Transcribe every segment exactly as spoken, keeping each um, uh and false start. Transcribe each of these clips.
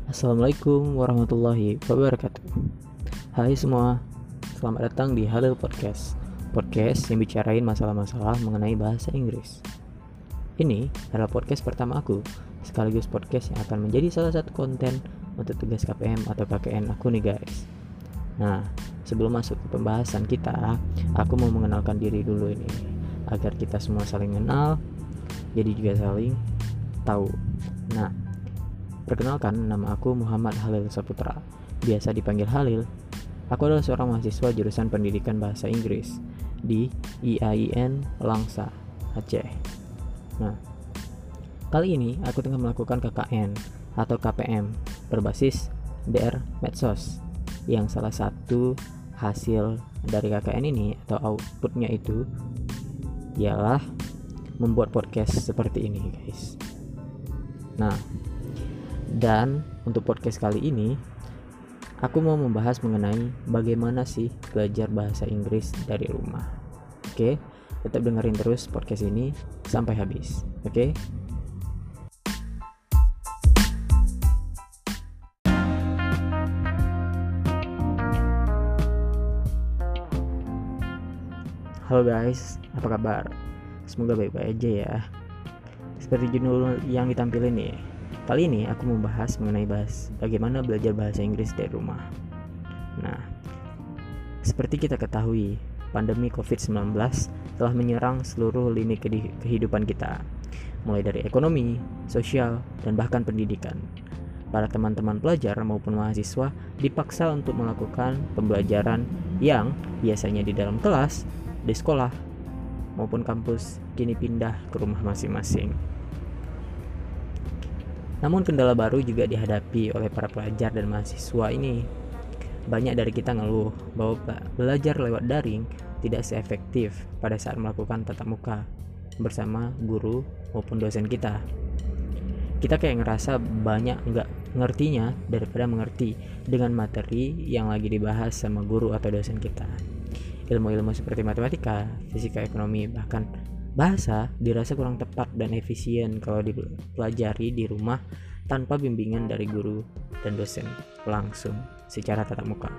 Assalamualaikum warahmatullahi wabarakatuh. Hai semua, selamat datang di Halil Podcast. Podcast yang bicarain masalah-masalah mengenai bahasa Inggris. Ini adalah podcast pertama aku, sekaligus podcast yang akan menjadi salah satu konten untuk tugas K P M atau K K N aku nih guys. Nah, sebelum masuk ke pembahasan kita, aku mau mengenalkan diri dulu ini, agar kita semua saling kenal, jadi juga saling tahu. Nah, perkenalkan, nama aku Muhammad Halil Saputra, biasa dipanggil Halil. Aku adalah seorang mahasiswa jurusan Pendidikan Bahasa Inggris di I A I N Langsa, Aceh. Nah, kali ini aku tengah melakukan K K N atau K P M berbasis D R Medsos, yang salah satu hasil dari K K N ini atau outputnya itu ialah membuat podcast seperti ini guys. Nah, dan untuk podcast kali ini aku mau membahas mengenai bagaimana sih belajar bahasa Inggris dari rumah. Oke, tetap dengerin terus podcast ini sampai habis. Oke. Halo guys, apa kabar? Semoga baik-baik aja ya. Seperti judul yang ditampilin nih, kali ini aku membahas mengenai bahas bagaimana belajar bahasa Inggris dari rumah. Nah, seperti kita ketahui, pandemi covid sembilan belas telah menyerang seluruh lini kehidupan kita, mulai dari ekonomi, sosial, dan bahkan pendidikan. Para teman-teman pelajar maupun mahasiswa dipaksa untuk melakukan pembelajaran yang biasanya di dalam kelas, di sekolah, maupun kampus, kini pindah ke rumah masing-masing. Namun kendala baru juga dihadapi oleh para pelajar dan mahasiswa ini. Banyak dari kita ngeluh bahwa belajar lewat daring tidak seefektif pada saat melakukan tatap muka bersama guru maupun dosen kita. Kita kayak ngerasa banyak nggak ngertinya daripada mengerti dengan materi yang lagi dibahas sama guru atau dosen kita. Ilmu-ilmu seperti matematika, fisika, ekonomi, bahkan bahasa dirasa kurang tepat dan efisien kalau dipelajari di rumah tanpa bimbingan dari guru dan dosen langsung secara tatap muka.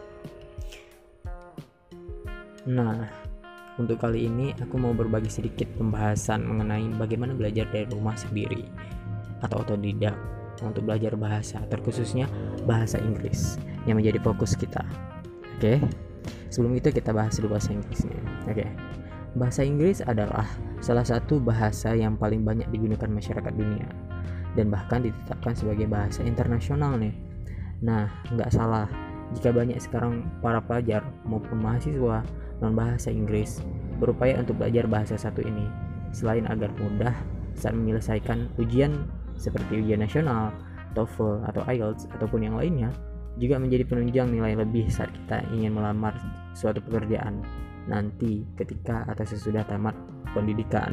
Nah, untuk kali ini aku mau berbagi sedikit pembahasan mengenai bagaimana belajar dari rumah sendiri atau otodidak untuk belajar bahasa, terkhususnya bahasa Inggris yang menjadi fokus kita. Oke, sebelum itu kita bahas dulu bahasa Inggrisnya. Oke. Bahasa Inggris adalah salah satu bahasa yang paling banyak digunakan masyarakat dunia dan bahkan ditetapkan sebagai bahasa internasional nih. Nah, nggak salah jika banyak sekarang para pelajar maupun mahasiswa non bahasa Inggris berupaya untuk belajar bahasa satu ini, selain agar mudah saat menyelesaikan ujian seperti ujian nasional, TOEFL atau I E L T S ataupun yang lainnya, juga menjadi penunjang nilai lebih saat kita ingin melamar suatu pekerjaan nanti ketika atau sesudah tamat pendidikan.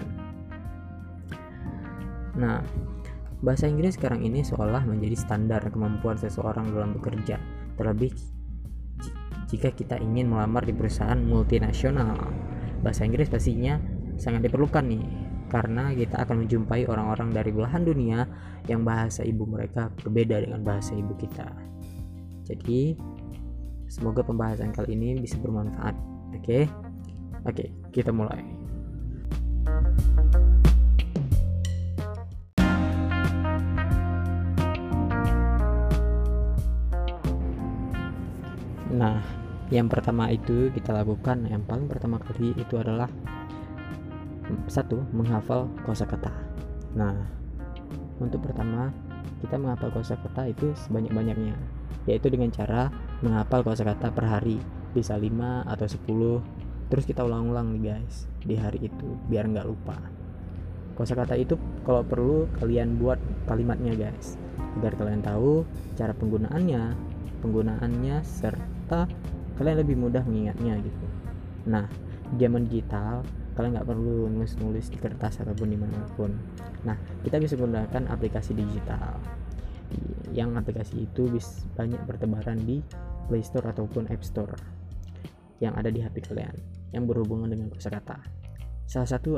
Nah, bahasa Inggris sekarang ini seolah menjadi standar kemampuan seseorang dalam bekerja, terlebih jika kita ingin melamar di perusahaan multinasional. Bahasa Inggris pastinya sangat diperlukan nih, karena kita akan menjumpai orang-orang dari belahan dunia yang bahasa ibu mereka berbeda dengan bahasa ibu kita. Jadi, semoga pembahasan kali ini bisa bermanfaat. Oke, oke, kita mulai. Nah, yang pertama itu kita lakukan, yang paling pertama kali itu adalah satu, menghafal kosakata. Nah, untuk pertama kita menghafal kosakata itu sebanyak-banyaknya, yaitu dengan cara menghafal kosakata per hari, bisa lima atau sepuluh. Terus kita ulang-ulang nih guys di hari itu biar nggak lupa. Kosakata itu kalau perlu kalian buat kalimatnya guys, agar kalian tahu cara penggunaannya, penggunaannya serta kalian lebih mudah mengingatnya gitu. Nah, zaman digital kalian nggak perlu nulis-nulis di kertas ataupun dimanapun. Nah, kita bisa menggunakan aplikasi digital, yang aplikasi itu bisa banyak bertebaran di Play Store ataupun App Store yang ada di H P kalian yang berhubungan dengan kosakata. Salah satu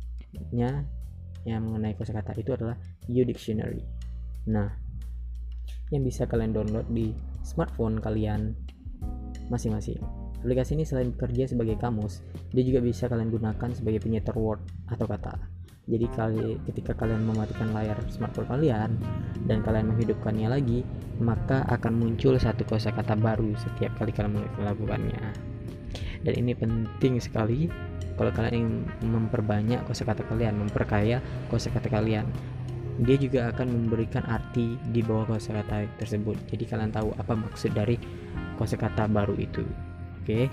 aplikasinya yang mengenai kosakata itu adalah U Dictionary. Nah, yang bisa kalian download di smartphone kalian masing-masing. Aplikasi ini selain bekerja sebagai kamus, dia juga bisa kalian gunakan sebagai penyetor word atau kata. Jadi kali ketika kalian mematikan layar smartphone kalian dan kalian menghidupkannya lagi, maka akan muncul satu kosakata baru setiap kali kalian melakukannya. Dan ini penting sekali kalau kalian ingin memperbanyak kosakata kalian, memperkaya kosakata kalian. Dia juga akan memberikan arti di bawah kosakata tersebut. Jadi kalian tahu apa maksud dari kosakata baru itu. Oke.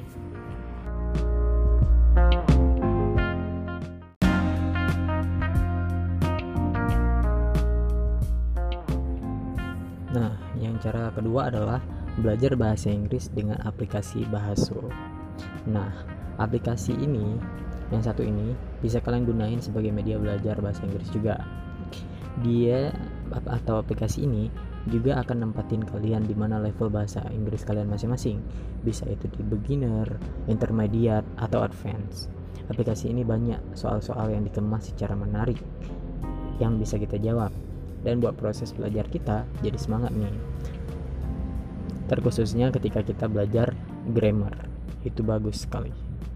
Nah, yang cara kedua adalah belajar bahasa Inggris dengan aplikasi Bahaso. Nah, aplikasi ini, yang satu ini bisa kalian gunain sebagai media belajar bahasa Inggris juga. Dia atau aplikasi ini juga akan nempatin kalian di mana level bahasa Inggris kalian masing-masing. Bisa itu di beginner, intermediate, atau advance. Aplikasi ini banyak soal-soal yang dikemas secara menarik yang bisa kita jawab dan buat proses belajar kita jadi semangat nih. Terkhususnya ketika kita belajar grammar, itu bagus sekali.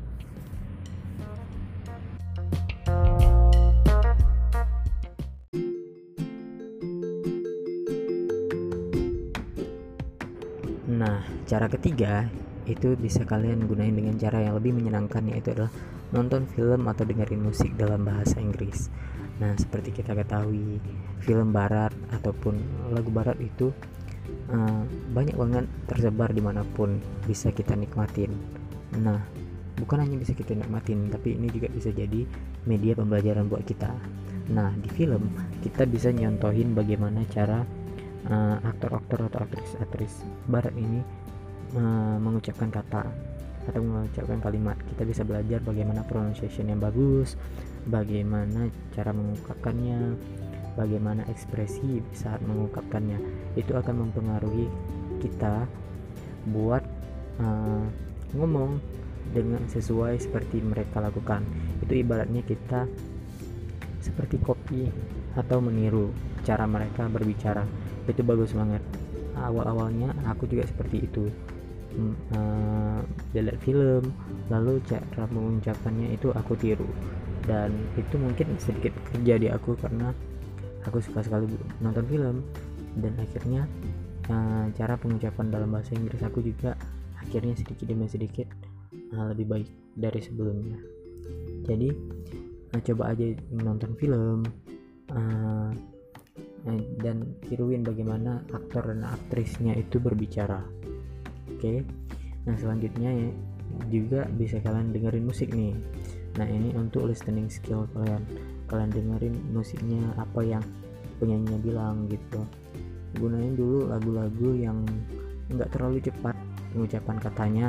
Nah, cara ketiga itu bisa kalian gunain dengan cara yang lebih menyenangkan, yaitu adalah nonton film atau dengerin musik dalam bahasa Inggris. Nah, seperti kita ketahui, film barat ataupun lagu barat itu uh, banyak banget tersebar dimanapun, bisa kita nikmatin. Nah, bukan hanya bisa kita nikmatin, tapi ini juga bisa jadi media pembelajaran buat kita. Nah, di film kita bisa nyontohin bagaimana cara uh, aktor-aktor atau aktris-aktris barat ini uh, mengucapkan kata atau mengucapkan kalimat. Kita bisa belajar bagaimana pronunciation yang bagus, bagaimana cara mengungkapkannya, bagaimana ekspresi saat mengungkapkannya. Itu akan mempengaruhi kita buat uh, ngomong dengan sesuai seperti mereka lakukan. Itu ibaratnya kita seperti copy atau meniru cara mereka berbicara. Itu bagus banget. Awal-awalnya aku juga seperti itu, uh, lihat film lalu cara mengucapkannya itu aku tiru, dan itu mungkin sedikit kerja di aku karena aku suka sekali nonton film, dan akhirnya uh, cara pengucapan dalam bahasa Inggris aku juga akhirnya sedikit demi sedikit uh, lebih baik dari sebelumnya. Jadi uh, coba aja nonton film uh, dan tiruin bagaimana aktor dan aktrisnya itu berbicara. Oke, nah selanjutnya ya, juga bisa kalian dengerin musik nih. Nah, ini untuk listening skill kalian. Kalian dengerin musiknya, apa yang penyanyinya bilang gitu. Gunain dulu lagu-lagu yang nggak terlalu cepat pengucapan katanya.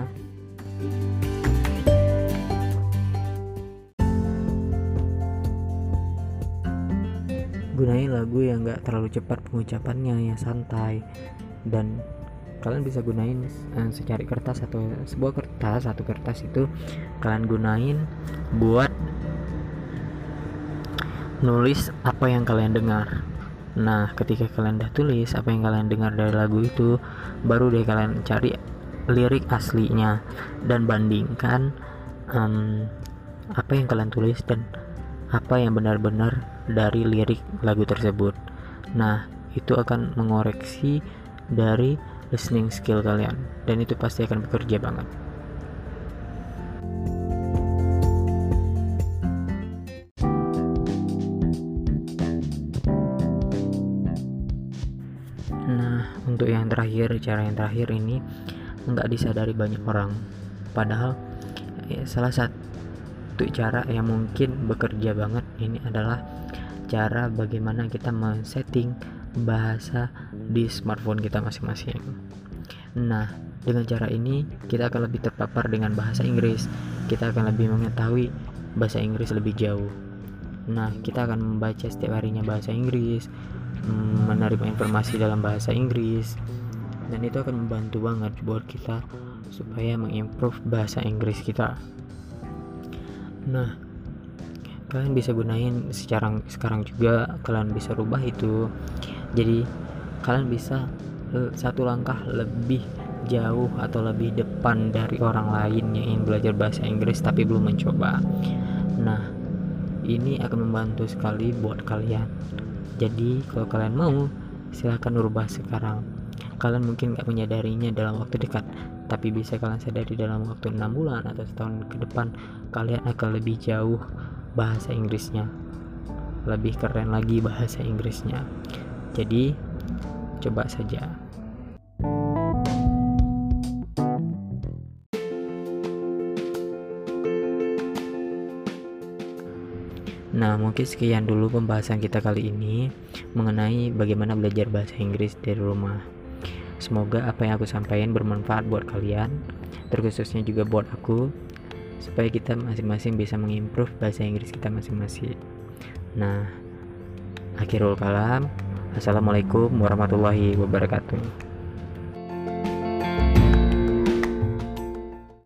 Gunain lagu yang nggak terlalu cepat pengucapannya, yang santai. Dan kalian bisa gunain uh, secari kertas atau sebuah kertas, satu kertas itu kalian gunain buat nulis apa yang kalian dengar. Nah, ketika kalian udah tulis apa yang kalian dengar dari lagu itu, baru deh kalian cari lirik aslinya dan bandingkan um, apa yang kalian tulis dan apa yang benar-benar dari lirik lagu tersebut. Nah, itu akan mengoreksi dari listening skill kalian, dan itu pasti akan bekerja banget. Nah, untuk yang terakhir, cara yang terakhir ini nggak disadari banyak orang, padahal ya, salah satu cara yang mungkin bekerja banget ini adalah cara bagaimana kita men-setting bahasa di smartphone kita masing-masing. Nah, dengan cara ini kita akan lebih terpapar dengan bahasa Inggris, kita akan lebih mengetahui bahasa Inggris lebih jauh. Nah, kita akan membaca setiap harinya bahasa Inggris, menerima informasi dalam bahasa Inggris, dan itu akan membantu banget buat kita supaya mengimprove bahasa Inggris kita. Nah, kalian bisa gunain secara sekarang juga, kalian bisa rubah itu. Jadi kalian bisa satu langkah lebih jauh atau lebih depan dari orang lain yang ingin belajar bahasa Inggris tapi belum mencoba. Nah, ini akan membantu sekali buat kalian. Jadi kalau kalian mau, silahkan rubah sekarang. Kalian mungkin gak menyadarinya dalam waktu dekat, tapi bisa kalian sadari dalam waktu enam bulan atau setahun ke depan, kalian akan lebih jauh bahasa Inggrisnya, lebih keren lagi bahasa Inggrisnya. Jadi coba saja. Nah, mungkin sekian dulu pembahasan kita kali ini mengenai bagaimana belajar bahasa Inggris dari rumah. Semoga apa yang aku sampaikan bermanfaat buat kalian, terkhususnya juga buat aku, supaya kita masing-masing bisa mengimprove bahasa Inggris kita masing-masing. Nah, akhirul kalam. Assalamualaikum warahmatullahi wabarakatuh.